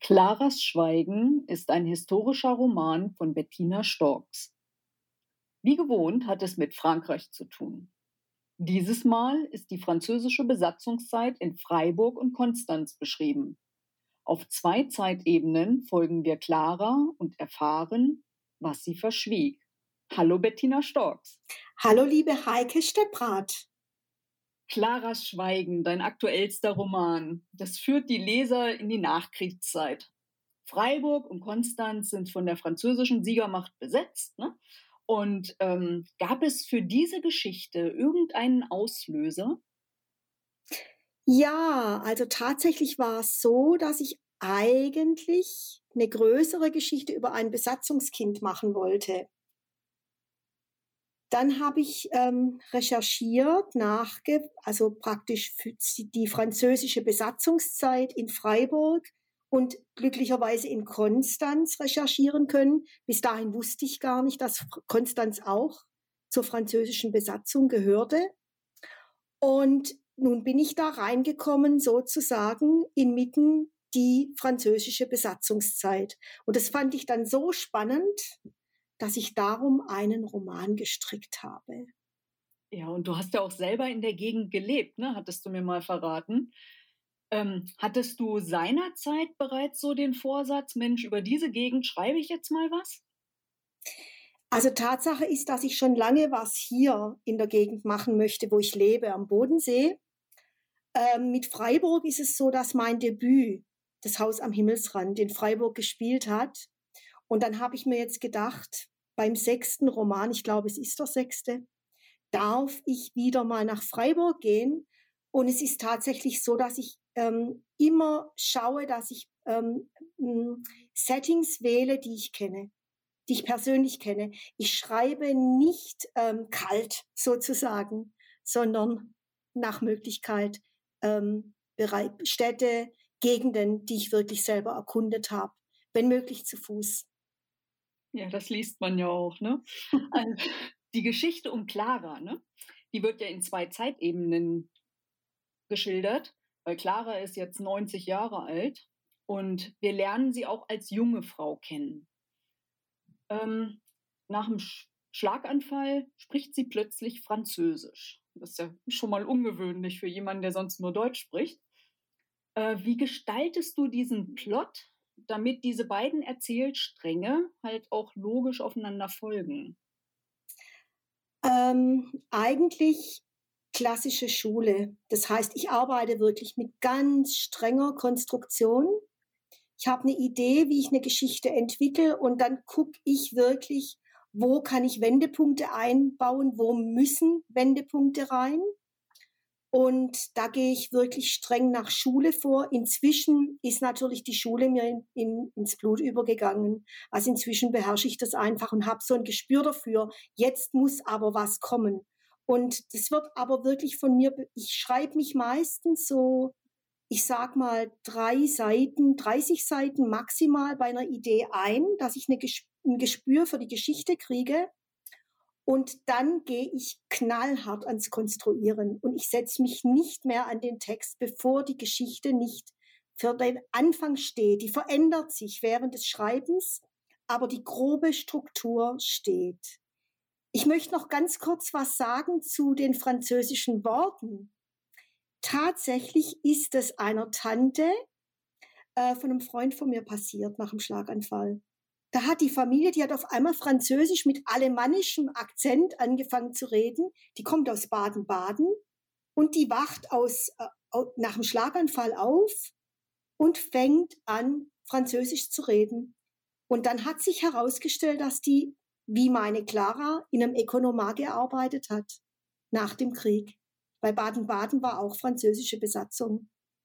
Claras Schweigen ist ein historischer Roman von Bettina Storks. Wie gewohnt hat es mit Frankreich zu tun. Dieses Mal ist die französische Besatzungszeit in Freiburg und Konstanz beschrieben. Auf zwei Zeitebenen folgen wir Clara und erfahren, was sie verschwieg. Hallo Bettina Storks. Hallo liebe Heike Stepprath. Claras Schweigen, dein aktuellster Roman. Das führt die Leser in die Nachkriegszeit. Freiburg und Konstanz sind von der französischen Siegermacht besetzt. Ne? Und gab es für diese Geschichte irgendeinen Auslöser? Ja, also tatsächlich war es so, dass ich eigentlich eine größere Geschichte über ein Besatzungskind machen wollte. Dann habe ich recherchiert, also praktisch für die französische Besatzungszeit in Freiburg und glücklicherweise in Konstanz recherchieren können. Bis dahin wusste ich gar nicht, dass Konstanz auch zur französischen Besatzung gehörte. Und nun bin ich da reingekommen, sozusagen inmitten die französische Besatzungszeit. Und das fand ich dann so spannend, dass ich darum einen Roman gestrickt habe. Ja, und du hast ja auch selber in der Gegend gelebt, ne? Hattest du mir mal verraten. Hattest du seinerzeit bereits so den Vorsatz, Mensch, über diese Gegend schreibe ich jetzt mal was? Also Tatsache ist, dass ich schon lange was hier in der Gegend machen möchte, wo ich lebe, am Bodensee. Mit Freiburg ist es so, dass mein Debüt, das Haus am Himmelsrand, in Freiburg gespielt hat. Und dann habe ich mir jetzt gedacht, beim 6. Roman, ich glaube, es ist der 6., darf ich wieder mal nach Freiburg gehen. Und es ist tatsächlich so, dass ich immer schaue, dass ich Settings wähle, die ich kenne, die ich persönlich kenne. Ich schreibe nicht kalt sozusagen, sondern nach Möglichkeit Städte, Gegenden, die ich wirklich selber erkundet habe, wenn möglich zu Fuß. Ja, das liest man ja auch, ne? Also, die Geschichte um Clara, ne? Die wird ja in zwei Zeitebenen geschildert, weil Clara ist jetzt 90 Jahre alt und wir lernen sie auch als junge Frau kennen. Nach dem Schlaganfall spricht sie plötzlich Französisch. Das ist ja schon mal ungewöhnlich für jemanden, der sonst nur Deutsch spricht. Wie gestaltest du diesen Plot, damit diese beiden Erzählstränge halt auch logisch aufeinander folgen? Eigentlich klassische Schule. Das heißt, ich arbeite wirklich mit ganz strenger Konstruktion. Ich habe eine Idee, wie ich eine Geschichte entwickle und dann gucke ich wirklich, wo kann ich Wendepunkte einbauen, wo müssen Wendepunkte rein. Und da gehe ich wirklich streng nach Schule vor. Inzwischen ist natürlich die Schule mir ins Blut übergegangen. Also inzwischen beherrsche ich das einfach und habe so ein Gespür dafür. Jetzt muss aber was kommen. Und das wird aber wirklich von mir, ich schreibe mich meistens so, ich sag mal 30 Seiten maximal bei einer Idee ein, dass ich ein Gespür für die Geschichte kriege. Und dann gehe ich knallhart ans Konstruieren und ich setze mich nicht mehr an den Text, bevor die Geschichte nicht für den Anfang steht. Die verändert sich während des Schreibens, aber die grobe Struktur steht. Ich möchte noch ganz kurz was sagen zu den französischen Worten. Tatsächlich ist es einer Tante von einem Freund von mir passiert nach dem Schlaganfall. Da hat die Familie, die hat auf einmal Französisch mit alemannischem Akzent angefangen zu reden. Die kommt aus Baden-Baden und die wacht nach dem Schlaganfall auf und fängt an, Französisch zu reden. Und dann hat sich herausgestellt, dass die, wie meine Clara, in einem Ökonomat gearbeitet hat nach dem Krieg. Bei Baden-Baden war auch französische Besatzung.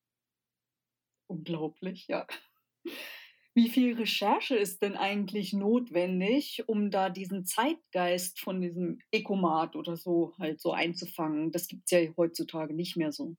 Unglaublich, ja. Wie viel Recherche ist denn eigentlich notwendig, um da diesen Zeitgeist von diesem Ecomat oder so halt so einzufangen? Das gibt es ja heutzutage nicht mehr so.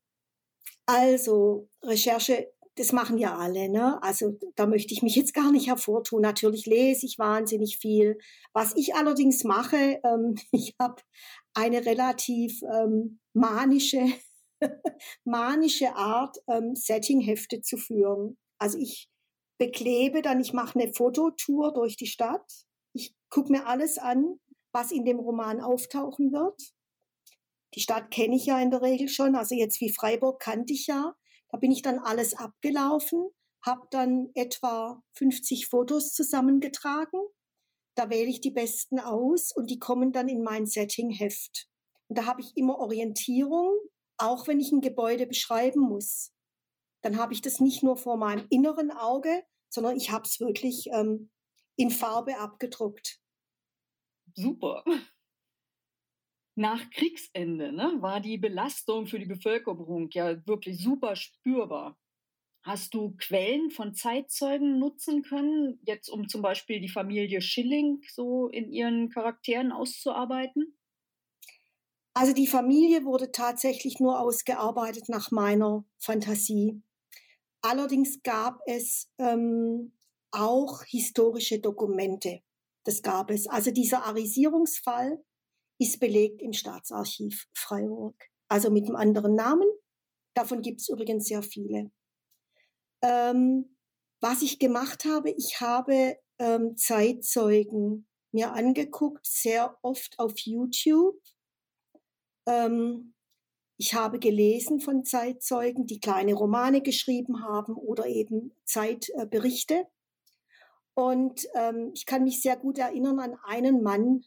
Also Recherche, das machen ja alle, ne? Also da möchte ich mich jetzt gar nicht hervortun. Natürlich lese ich wahnsinnig viel. Was ich allerdings mache, ich habe eine relativ manische Art, Settinghefte zu führen. Also ich beklebe dann, ich mache eine Fototour durch die Stadt. Ich gucke mir alles an, was in dem Roman auftauchen wird. Die Stadt kenne ich ja in der Regel schon, also jetzt wie Freiburg kannte ich ja. Da bin ich dann alles abgelaufen, habe dann etwa 50 Fotos zusammengetragen. Da wähle ich die besten aus und die kommen dann in mein Setting-Heft. Und da habe ich immer Orientierung, auch wenn ich ein Gebäude beschreiben muss. Dann habe ich das nicht nur vor meinem inneren Auge, sondern ich habe es wirklich in Farbe abgedruckt. Super. Nach Kriegsende, ne, war die Belastung für die Bevölkerung ja wirklich super spürbar. Hast du Quellen von Zeitzeugen nutzen können, jetzt um zum Beispiel die Familie Schilling so in ihren Charakteren auszuarbeiten? Also die Familie wurde tatsächlich nur ausgearbeitet nach meiner Fantasie. Allerdings gab es auch historische Dokumente. Das gab es. Also dieser Arisierungsfall ist belegt im Staatsarchiv Freiburg. Also mit einem anderen Namen. Davon gibt es übrigens sehr viele. Was ich gemacht habe, ich habe Zeitzeugen mir angeguckt, sehr oft auf YouTube. Ich habe gelesen von Zeitzeugen, die kleine Romane geschrieben haben oder eben Zeitberichte. Und ich kann mich sehr gut erinnern an einen Mann,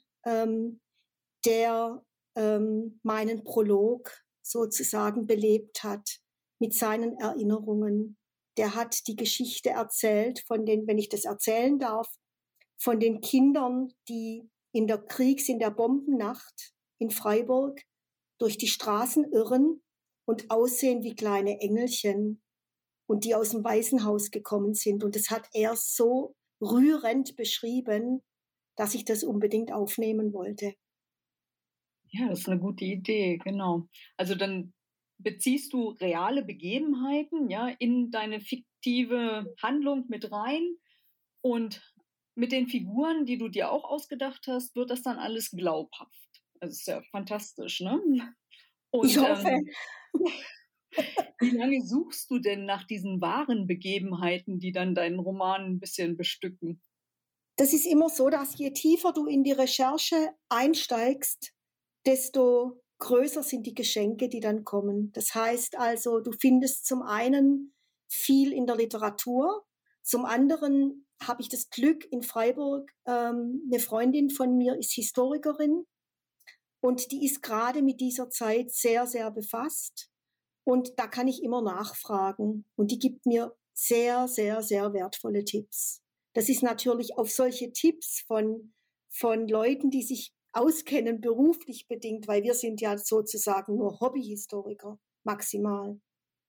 der meinen Prolog sozusagen belebt hat mit seinen Erinnerungen. Der hat die Geschichte erzählt von den, wenn ich das erzählen darf, von den Kindern, die in der Bombennacht in Freiburg durch die Straßen irren und aussehen wie kleine Engelchen und die aus dem Waisenhaus gekommen sind. Und das hat er so rührend beschrieben, dass ich das unbedingt aufnehmen wollte. Ja, das ist eine gute Idee, genau. Also, dann beziehst du reale Begebenheiten, ja, in deine fiktive Handlung mit rein und mit den Figuren, die du dir auch ausgedacht hast, wird das dann alles glaubhaft. Das ist ja fantastisch, ne? Ich Und, hoffe, wie lange suchst du denn nach diesen wahren Begebenheiten, die dann deinen Roman ein bisschen bestücken? das ist immer so, dass je tiefer du in die Recherche einsteigst, desto größer sind die Geschenke, die dann kommen. Das heißt also, du findest zum einen viel in der Literatur, zum anderen habe ich das Glück in Freiburg, eine Freundin von mir ist Historikerin und die ist gerade mit dieser Zeit sehr, sehr befasst und da kann ich immer nachfragen und die gibt mir sehr, sehr, sehr wertvolle Tipps. Das ist natürlich auf solche Tipps von Leuten, die sich auskennen, beruflich bedingt, weil wir sind ja sozusagen nur Hobbyhistoriker maximal,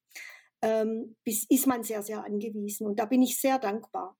ist man sehr, sehr angewiesen. Und da bin ich sehr dankbar.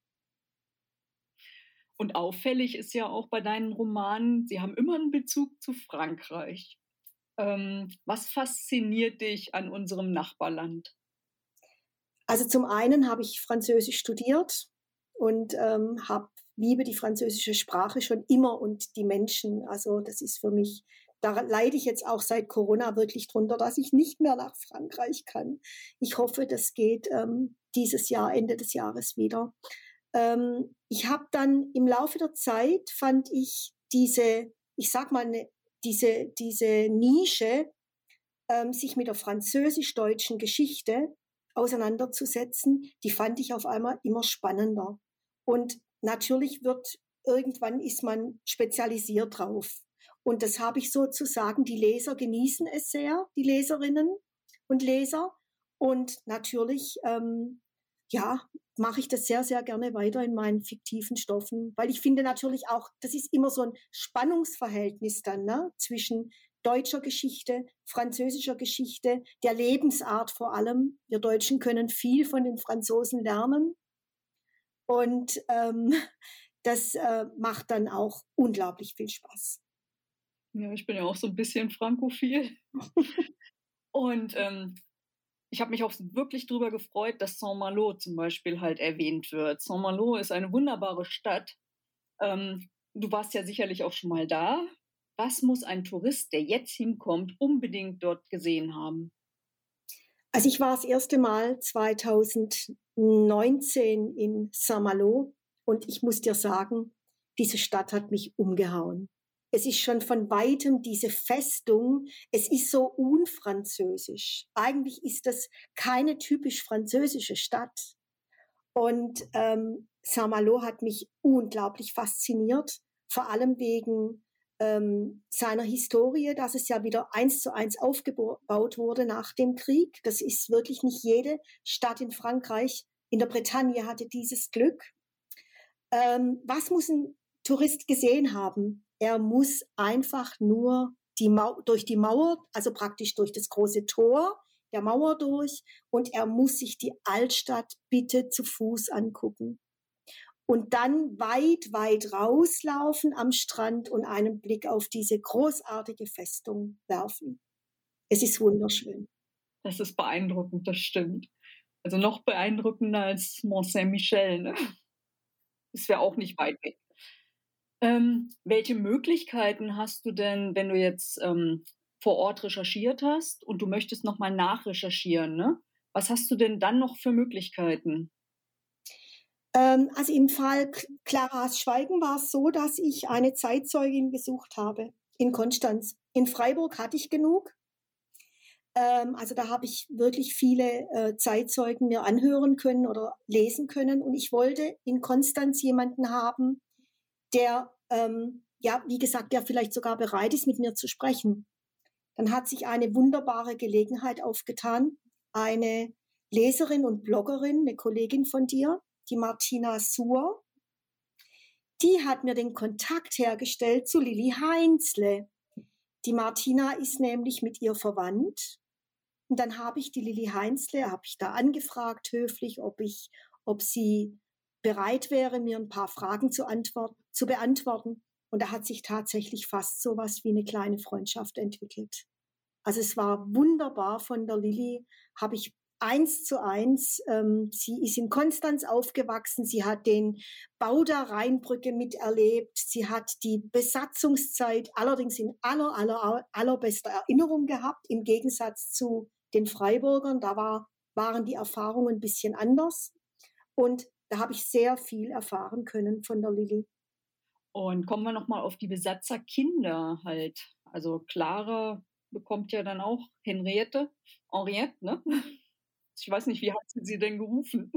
Und auffällig ist ja auch bei deinen Romanen, sie haben immer einen Bezug zu Frankreich. Was fasziniert dich an unserem Nachbarland? Also zum einen habe ich Französisch studiert und liebe die französische Sprache schon immer und die Menschen. Also das ist für mich, da leide ich jetzt auch seit Corona wirklich drunter, dass ich nicht mehr nach Frankreich kann. Ich hoffe, das geht dieses Jahr, Ende des Jahres wieder. Ich habe dann im Laufe der Zeit fand ich ich sag mal, diese Nische, sich mit der französisch-deutschen Geschichte auseinanderzusetzen, die fand ich auf einmal immer spannender. Und natürlich irgendwann ist man spezialisiert drauf. Und das habe ich sozusagen, die Leser genießen es sehr, die Leserinnen und Leser. Und natürlich, ja, mache ich das sehr, sehr gerne weiter in meinen fiktiven Stoffen, weil ich finde natürlich auch, das ist immer so ein Spannungsverhältnis dann, ne, zwischen deutscher Geschichte, französischer Geschichte, der Lebensart vor allem. Wir Deutschen können viel von den Franzosen lernen und das macht dann auch unglaublich viel Spaß. Ja, ich bin ja auch so ein bisschen frankophil und, ich habe mich auch wirklich drüber gefreut, dass Saint-Malo zum Beispiel halt erwähnt wird. Saint-Malo ist eine wunderbare Stadt. Du warst ja sicherlich auch schon mal da. Was muss ein Tourist, der jetzt hinkommt, unbedingt dort gesehen haben? Also ich war das erste Mal 2019 19 in Saint-Malo und ich muss dir sagen, diese Stadt hat mich umgehauen. Es ist schon von weitem diese Festung, es ist so unfranzösisch. Eigentlich ist das keine typisch französische Stadt. Und Saint-Malo hat mich unglaublich fasziniert, vor allem wegen seiner Historie, dass es ja wieder 1:1 aufgebaut wurde nach dem Krieg. Das ist wirklich nicht jede Stadt in Frankreich. In der Bretagne hatte dieses Glück. Was muss ein Tourist gesehen haben? Er muss einfach nur durch die Mauer, also praktisch durch das große Tor der Mauer durch, und er muss sich die Altstadt bitte zu Fuß angucken. Und dann weit, weit rauslaufen am Strand und einen Blick auf diese großartige Festung werfen. Es ist wunderschön. Das ist beeindruckend, das stimmt. Also noch beeindruckender als Mont Saint-Michel, ne? Ist ja auch nicht weit weg. Welche Möglichkeiten hast du denn, wenn du jetzt vor Ort recherchiert hast und du möchtest nochmal nachrecherchieren, ne? Was hast du denn dann noch für Möglichkeiten? Also im Fall Claras Schweigen war es so, dass ich eine Zeitzeugin gesucht habe in Konstanz. In Freiburg hatte ich genug. Also da habe ich wirklich viele Zeitzeugen mir anhören können oder lesen können. Und ich wollte in Konstanz jemanden haben, der, ja, wie gesagt, der vielleicht sogar bereit ist, mit mir zu sprechen. Dann hat sich eine wunderbare Gelegenheit aufgetan. Eine Leserin und Bloggerin, eine Kollegin von dir, die Martina Suhr, die hat mir den Kontakt hergestellt zu Lilli Heinzle. Die Martina ist nämlich mit ihr verwandt. Und dann habe ich die Lilli Heinzle, habe ich da angefragt, höflich, ob sie bereit wäre, mir ein paar Fragen zu beantworten. Und da hat sich tatsächlich fast so was wie eine kleine Freundschaft entwickelt. Also es war wunderbar von der Lilli, habe ich 1:1, sie ist in Konstanz aufgewachsen, sie hat den Bau der Rheinbrücke miterlebt, sie hat die Besatzungszeit allerdings in allerbester Erinnerung gehabt, im Gegensatz zu den Freiburgern, waren die Erfahrungen ein bisschen anders und da habe ich sehr viel erfahren können von der Lilli. Und kommen wir nochmal auf die Besatzerkinder halt. Also Clara bekommt ja dann auch Henriette, ne? Ich weiß nicht, wie hat sie denn gerufen?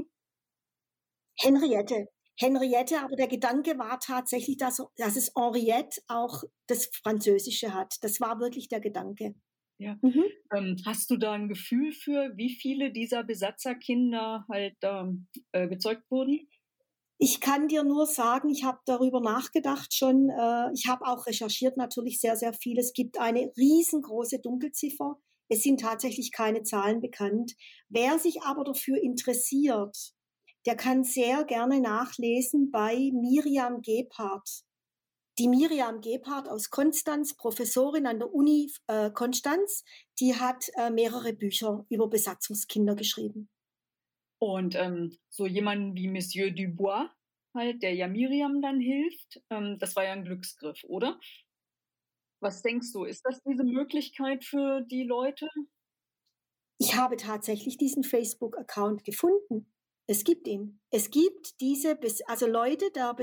Henriette. Henriette, aber der Gedanke war tatsächlich, dass es Henriette auch das Französische hat. Das war wirklich der Gedanke. Ja. Mhm. Hast du da ein Gefühl für, wie viele dieser Besatzerkinder halt gezeugt wurden? Ich kann dir nur sagen, ich habe darüber nachgedacht schon. Ich habe auch recherchiert natürlich sehr, sehr viel. Es gibt eine riesengroße Dunkelziffer. Es sind tatsächlich keine Zahlen bekannt. Wer sich aber dafür interessiert, der kann sehr gerne nachlesen bei Miriam Gebhardt. Die Miriam Gebhardt aus Konstanz, Professorin an der Uni Konstanz, die hat mehrere Bücher über Besatzungskinder geschrieben. Und so jemanden wie Monsieur Dubois, halt, der ja Miriam dann hilft, das war ja ein Glücksgriff, oder? Was denkst du, ist das diese Möglichkeit für die Leute? Ich habe tatsächlich diesen Facebook-Account gefunden. Es gibt ihn. Es gibt also Leute der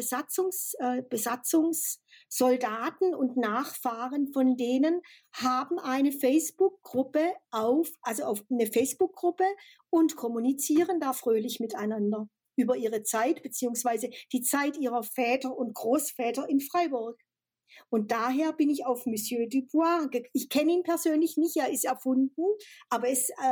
Besatzungssoldaten und Nachfahren von denen haben eine Facebook-Gruppe auf eine Facebook-Gruppe und kommunizieren da fröhlich miteinander über ihre Zeit beziehungsweise die Zeit ihrer Väter und Großväter in Freiburg. Und daher bin ich auf Monsieur Dubois. Ich kenne ihn persönlich nicht, er ist erfunden, aber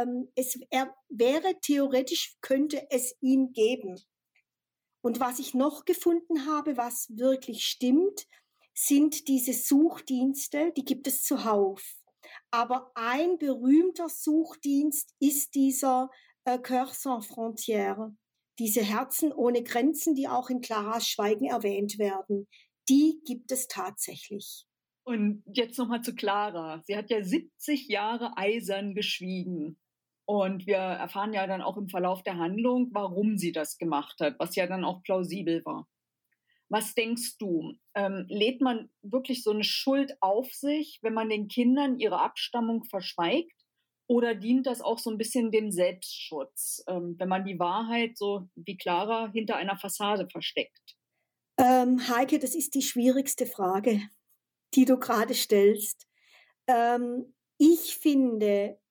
theoretisch könnte es ihn geben. Und was ich noch gefunden habe, was wirklich stimmt, sind diese Suchdienste, die gibt es zuhauf. Aber ein berühmter Suchdienst ist dieser Cœur sans frontières, diese Herzen ohne Grenzen, die auch in Claras Schweigen erwähnt werden. Die gibt es tatsächlich. Und jetzt nochmal zu Clara. Sie hat ja 70 Jahre eisern geschwiegen. Und wir erfahren ja dann auch im Verlauf der Handlung, warum sie das gemacht hat, was ja dann auch plausibel war. Was denkst du? Lädt man wirklich so eine Schuld auf sich, wenn man den Kindern ihre Abstammung verschweigt? Oder dient das auch so ein bisschen dem Selbstschutz, wenn man die Wahrheit so wie Clara hinter einer Fassade versteckt? Heike, das ist die schwierigste Frage, die du gerade stellst. Ich finde,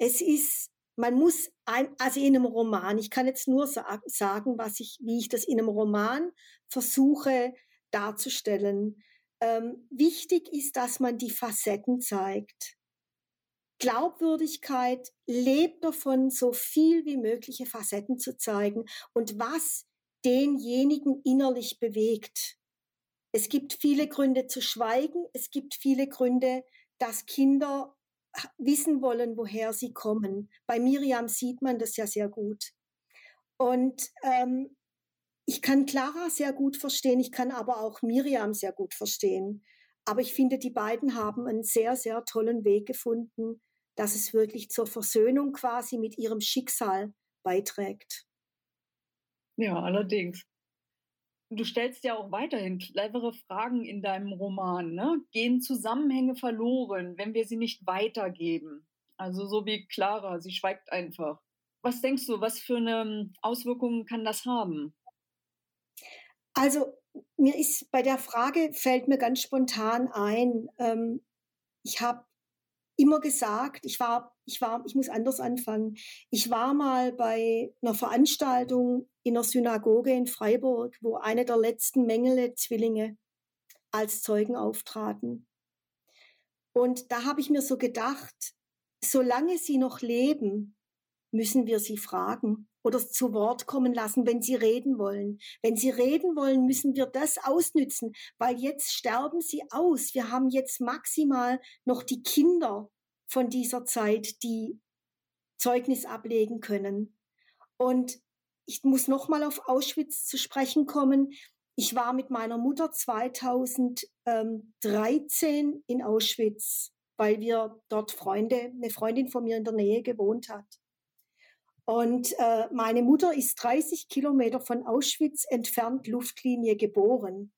man muss also in einem Roman, ich kann jetzt nur sagen, wie ich das in einem Roman versuche darzustellen. Wichtig ist, dass man die Facetten zeigt. Glaubwürdigkeit lebt davon, so viel wie mögliche Facetten zu zeigen und was denjenigen innerlich bewegt. Es gibt viele Gründe zu schweigen. Es gibt viele Gründe, dass Kinder wissen wollen, woher sie kommen. Bei Miriam sieht man das ja sehr gut. Und ich kann Clara sehr gut verstehen, ich kann aber auch Miriam sehr gut verstehen. Aber ich finde, die beiden haben einen sehr, sehr tollen Weg gefunden, dass es wirklich zur Versöhnung quasi mit ihrem Schicksal beiträgt. Ja, allerdings. Du stellst ja auch weiterhin clevere Fragen in deinem Roman, ne? Gehen Zusammenhänge verloren, wenn wir sie nicht weitergeben? Also so wie Clara, sie schweigt einfach. Was denkst du, was für eine Auswirkungen kann das haben? Also mir ist bei der Frage fällt mir ganz spontan ein, ich habe immer gesagt, ich muss anders anfangen. Ich war mal bei einer Veranstaltung in einer Synagoge in Freiburg, wo eine der letzten Mengele-Zwillinge als Zeugen auftraten. Und da habe ich mir so gedacht, solange sie noch leben, müssen wir sie fragen oder zu Wort kommen lassen, wenn sie reden wollen. Wenn sie reden wollen, müssen wir das ausnützen, weil jetzt sterben sie aus. Wir haben jetzt maximal noch die Kinder von dieser Zeit, die Zeugnis ablegen können. Und ich muss noch mal auf Auschwitz zu sprechen kommen. Ich war mit meiner Mutter 2013 in Auschwitz, weil wir dort eine Freundin von mir in der Nähe gewohnt hat. Und meine Mutter ist 30 Kilometer von Auschwitz entfernt, Luftlinie, geboren.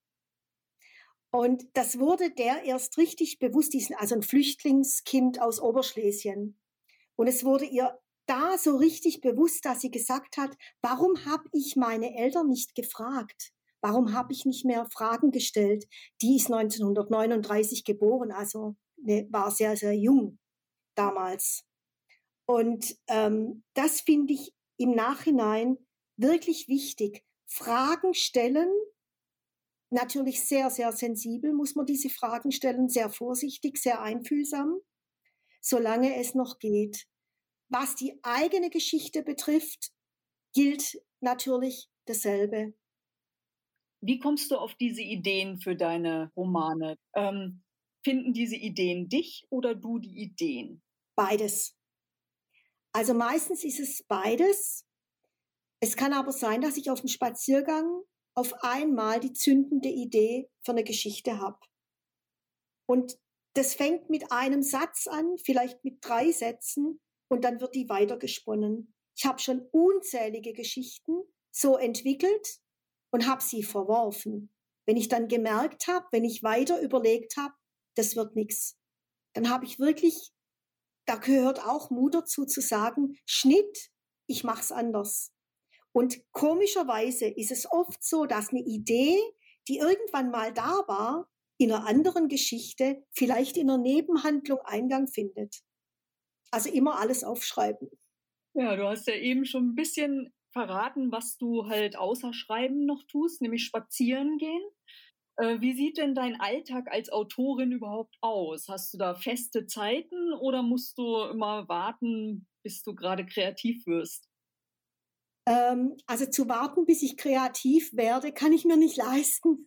Und das wurde der erst richtig bewusst, also ein Flüchtlingskind aus Oberschlesien. Und es wurde ihr da so richtig bewusst, dass sie gesagt hat, warum habe ich meine Eltern nicht gefragt? Warum habe ich nicht mehr Fragen gestellt? Die ist 1939 geboren, also war sehr, sehr jung damals. Und das finde ich im Nachhinein wirklich wichtig. Fragen stellen, natürlich sehr, sehr sensibel muss man diese Fragen stellen, sehr vorsichtig, sehr einfühlsam, solange es noch geht. Was die eigene Geschichte betrifft, gilt natürlich dasselbe. Wie kommst du auf diese Ideen für deine Romane? Finden diese Ideen dich oder du die Ideen? Beides. Also meistens ist es beides. Es kann aber sein, dass ich auf dem Spaziergang auf einmal die zündende Idee für eine Geschichte habe. Und das fängt mit einem Satz an, vielleicht mit 3 Sätzen, und dann wird die weitergesponnen. Ich habe schon unzählige Geschichten so entwickelt und habe sie verworfen. Wenn ich dann gemerkt habe, wenn ich weiter überlegt habe, das wird nichts, dann habe ich wirklich, da gehört auch Mut dazu zu sagen, Schnitt, ich mache es anders. Und komischerweise ist es oft so, dass eine Idee, die irgendwann mal da war, in einer anderen Geschichte, vielleicht in einer Nebenhandlung Eingang findet. Also immer alles aufschreiben. Ja, du hast ja eben schon ein bisschen verraten, was du halt außer Schreiben noch tust, nämlich spazieren gehen. Wie sieht denn dein Alltag als Autorin überhaupt aus? Hast du da feste Zeiten oder musst du immer warten, bis du gerade kreativ wirst? Also zu warten, bis ich kreativ werde, kann ich mir nicht leisten.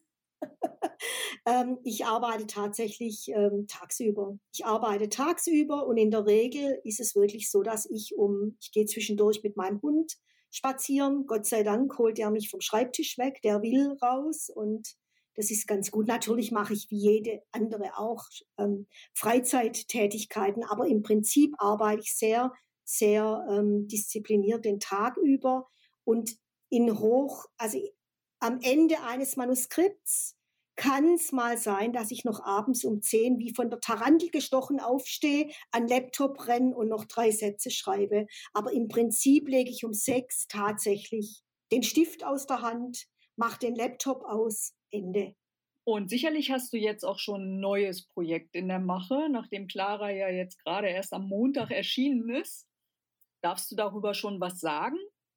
Ich arbeite tatsächlich tagsüber. Ich arbeite tagsüber und in der Regel ist es wirklich so, dass ich gehe zwischendurch mit meinem Hund spazieren. Gott sei Dank holt er mich vom Schreibtisch weg, der will raus und das ist ganz gut. Natürlich mache ich wie jede andere auch Freizeittätigkeiten, aber im Prinzip arbeite ich sehr, sehr diszipliniert den Tag über und also am Ende eines Manuskripts kann es mal sein, dass ich noch abends um 10 wie von der Tarantel gestochen aufstehe, an Laptop renne und noch 3 Sätze schreibe. Aber im Prinzip lege ich um 6 tatsächlich den Stift aus der Hand, mache den Laptop aus, Ende. Und sicherlich hast du jetzt auch schon ein neues Projekt in der Mache, nachdem Clara ja jetzt gerade erst am Montag erschienen ist. Darfst du darüber schon was sagen?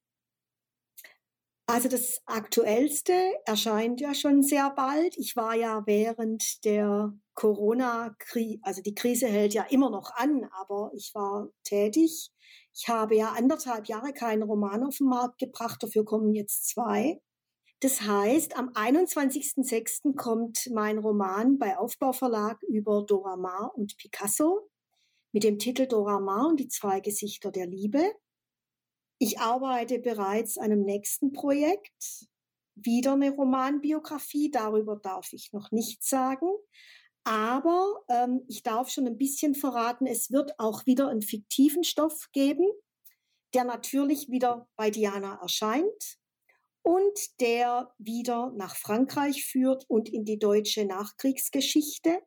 Also das Aktuellste erscheint ja schon sehr bald. Ich war ja während der Corona-Krise, also die Krise hält ja immer noch an, aber ich war tätig. Ich habe ja 1,5 Jahre keinen Roman auf den Markt gebracht, dafür kommen jetzt 2. Das heißt, am 21.06. kommt mein Roman bei Aufbau Verlag über Dora Maar und Picasso mit dem Titel Dora Maar und die 2 Gesichter der Liebe. Ich arbeite bereits an einem nächsten Projekt, wieder eine Romanbiografie, darüber darf ich noch nichts sagen. Aber ich darf schon ein bisschen verraten, es wird auch wieder einen fiktiven Stoff geben, der natürlich wieder bei Diana erscheint und der wieder nach Frankreich führt und in die deutsche Nachkriegsgeschichte.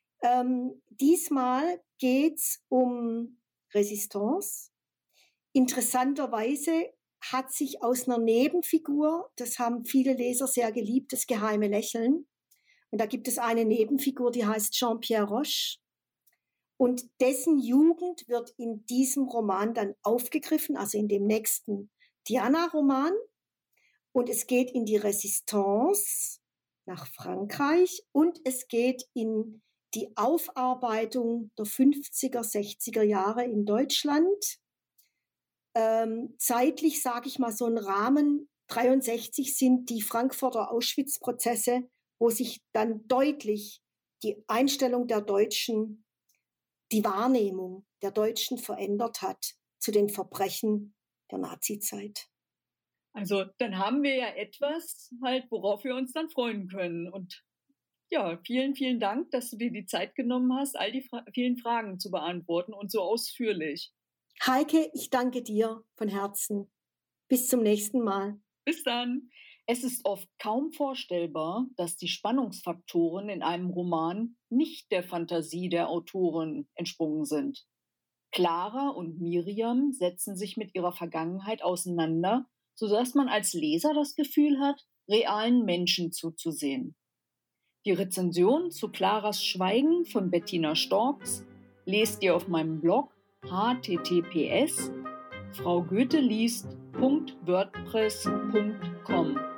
Diesmal geht's um Resistance. Interessanterweise hat sich aus einer Nebenfigur, das haben viele Leser sehr geliebt, das geheime Lächeln. Und da gibt es eine Nebenfigur, die heißt Jean-Pierre Roche. Und dessen Jugend wird in diesem Roman dann aufgegriffen, also in dem nächsten Diana-Roman. Und es geht in die Resistance nach Frankreich und es geht in die Aufarbeitung der 50er, 60er Jahre in Deutschland. Zeitlich sage ich mal so ein Rahmen, 63 sind die Frankfurter Auschwitz-Prozesse, wo sich dann deutlich die Einstellung der Deutschen, die Wahrnehmung der Deutschen verändert hat zu den Verbrechen der Nazizeit. Also dann haben wir ja etwas, halt, worauf wir uns dann freuen können. Und ja, vielen, vielen Dank, dass du dir die Zeit genommen hast, all die vielen Fragen zu beantworten und so ausführlich. Heike, ich danke dir von Herzen. Bis zum nächsten Mal. Bis dann. Es ist oft kaum vorstellbar, dass die Spannungsfaktoren in einem Roman nicht der Fantasie der Autorin entsprungen sind. Clara und Miriam setzen sich mit ihrer Vergangenheit auseinander, sodass man als Leser das Gefühl hat, realen Menschen zuzusehen. Die Rezension zu Claras Schweigen von Bettina Storcks lest ihr auf meinem Blog https://fraugoetheliest.wordpress.com.